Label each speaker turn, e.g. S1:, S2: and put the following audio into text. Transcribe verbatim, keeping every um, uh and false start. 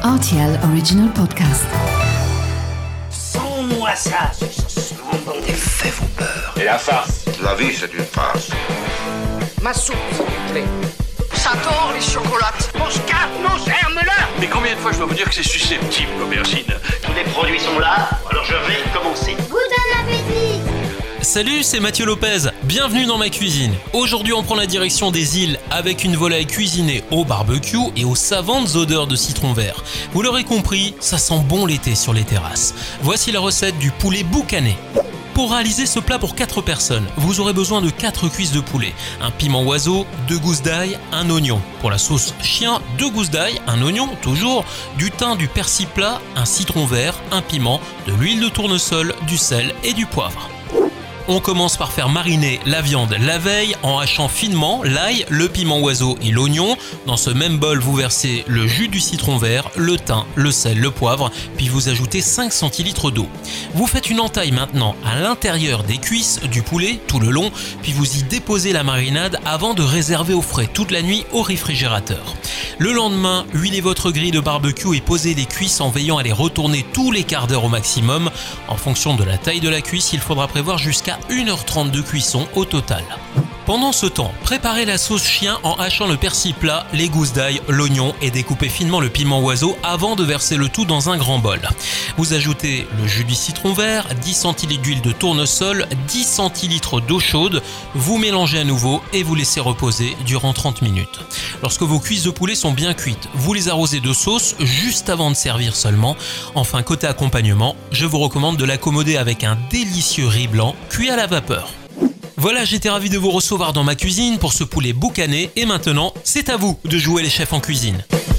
S1: R T L Original Podcast.
S2: Sans-moi ça, ce monde des faits vous peur.
S3: Et la farce?
S4: La vie, c'est une farce.
S2: Ma soupe, s'il vous plaît. J'adore les chocolates. Mon scarpe, nos germes-là.
S3: Mais combien de fois je dois vous dire que c'est susceptible, l'aubergine?
S5: Tous les produits sont là, alors je vais commencer.
S6: Bon appétit!
S7: Salut, c'est Mathieu Lopez, bienvenue dans ma cuisine. Aujourd'hui on prend la direction des îles avec une volaille cuisinée au barbecue et aux savantes odeurs de citron vert. Vous l'aurez compris, ça sent bon l'été sur les terrasses. Voici la recette du poulet boucané. Pour réaliser ce plat pour quatre personnes, vous aurez besoin de quatre cuisses de poulet, un piment oiseau, deux gousses d'ail, un oignon. Pour la sauce chien, deux gousses d'ail, un oignon toujours, du thym, du persil plat, un citron vert, un piment, de l'huile de tournesol, du sel et du poivre. On commence par faire mariner la viande la veille en hachant finement l'ail, le piment oiseau et l'oignon. Dans ce même bol, vous versez le jus du citron vert, le thym, le sel, le poivre, puis vous ajoutez cinq centilitres d'eau. Vous faites une entaille maintenant à l'intérieur des cuisses du poulet tout le long, puis vous y déposez la marinade avant de réserver au frais toute la nuit au réfrigérateur. Le lendemain, huilez votre grille de barbecue et posez les cuisses en veillant à les retourner tous les quarts d'heure au maximum. En fonction de la taille de la cuisse, il faudra prévoir jusqu'à une heure trente de cuisson au total. Pendant ce temps, préparez la sauce chien en hachant le persil plat, les gousses d'ail, l'oignon et découpez finement le piment oiseau avant de verser le tout dans un grand bol. Vous ajoutez le jus du citron vert, dix centilitres d'huile de tournesol, dix centilitres d'eau chaude, vous mélangez à nouveau et vous laissez reposer durant trente minutes. Lorsque vos cuisses de poulet sont bien cuites, vous les arrosez de sauce juste avant de servir seulement. Enfin, côté accompagnement, je vous recommande de l'accommoder avec un délicieux riz blanc cuit à la vapeur. Voilà, j'étais ravi de vous recevoir dans ma cuisine pour ce poulet boucané et maintenant, c'est à vous de jouer les chefs en cuisine.